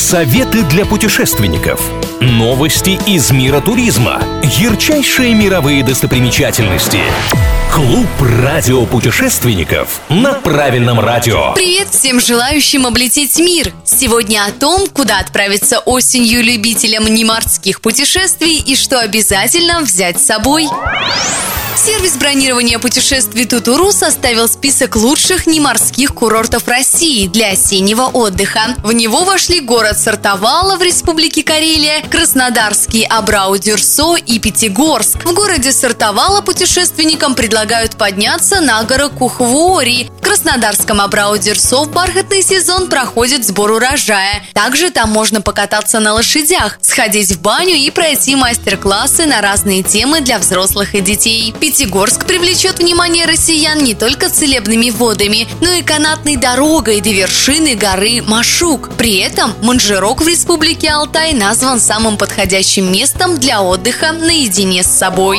Советы для путешественников. Новости из мира туризма. Ярчайшие мировые достопримечательности. Клуб радиопутешественников на правильном радио. Привет всем желающим облететь мир! Сегодня о том, куда отправиться осенью любителям неморских путешествий и что обязательно взять с собой. Сервис бронирования путешествий Тутуру составил список лучших неморских курортов России для осеннего отдыха. В него вошли город Сартовала в Республике Карелия, Краснодарский Абрау-Дюрсо и Пятигорск. В городе Сартовала путешественникам предлагают подняться на гору Кухвори. В Краснодарском Абрау-Дюрсо в бархатный сезон проходит сбор урожая. Также там можно покататься на лошадях, сходить в баню и пройти мастер-классы на разные темы для взрослых и детей. Пятигорск привлечет внимание россиян не только целебными водами, но и канатной дорогой до вершины горы Машук. При этом Манжерок в Республике Алтай назван самым подходящим местом для отдыха наедине с собой.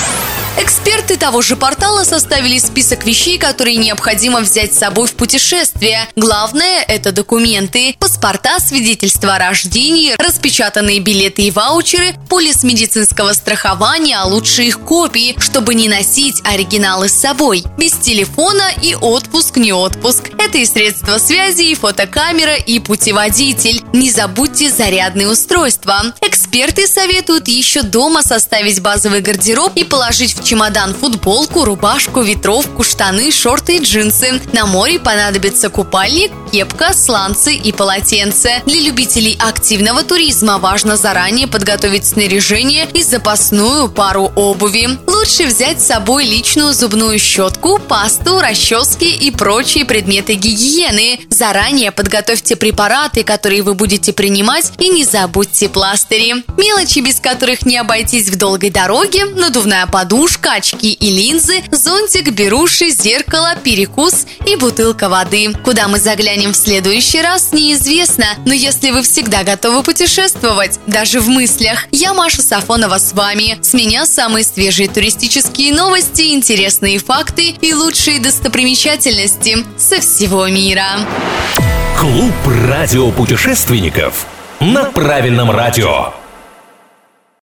Эксперты того же портала составили список вещей, которые необходимо взять с собой в путешествие. Главное – это документы, паспорта, свидетельства о рождении, распечатанные билеты и ваучеры, полис медицинского страхования, а лучше их копии, чтобы не носить оригиналы с собой. Без телефона и отпуск не отпуск. Это и средства связи, и фотокамера, и путеводитель. Не забудьте зарядные устройства. Эксперты советуют еще дома составить базовый гардероб и положить в чемодан футболку, рубашку, ветровку, штаны, шорты и джинсы. На море понадобится купальник, кепка, сланцы и полотенце. Для любителей активного туризма важно заранее подготовить снаряжение и запасную пару обуви. Лучше взять с собой личную зубную щетку, пасту, расчески и прочие предметы гигиены. Заранее подготовьте препараты, которые вы будете принимать, и не забудьте пластыри. Мелочи, без которых не обойтись в долгой дороге: надувная подушка, очки и линзы, зонтик, беруши, зеркало, перекус и бутылка воды. Куда мы заглянем в следующий раз, неизвестно, но если вы всегда готовы путешествовать, даже в мыслях, я, Маша Сафонова, с вами. С меня самые свежие туристические новости, интересные факты и лучшие достопримечательности со всего мира. Клуб радиопутешественников на правильном радио.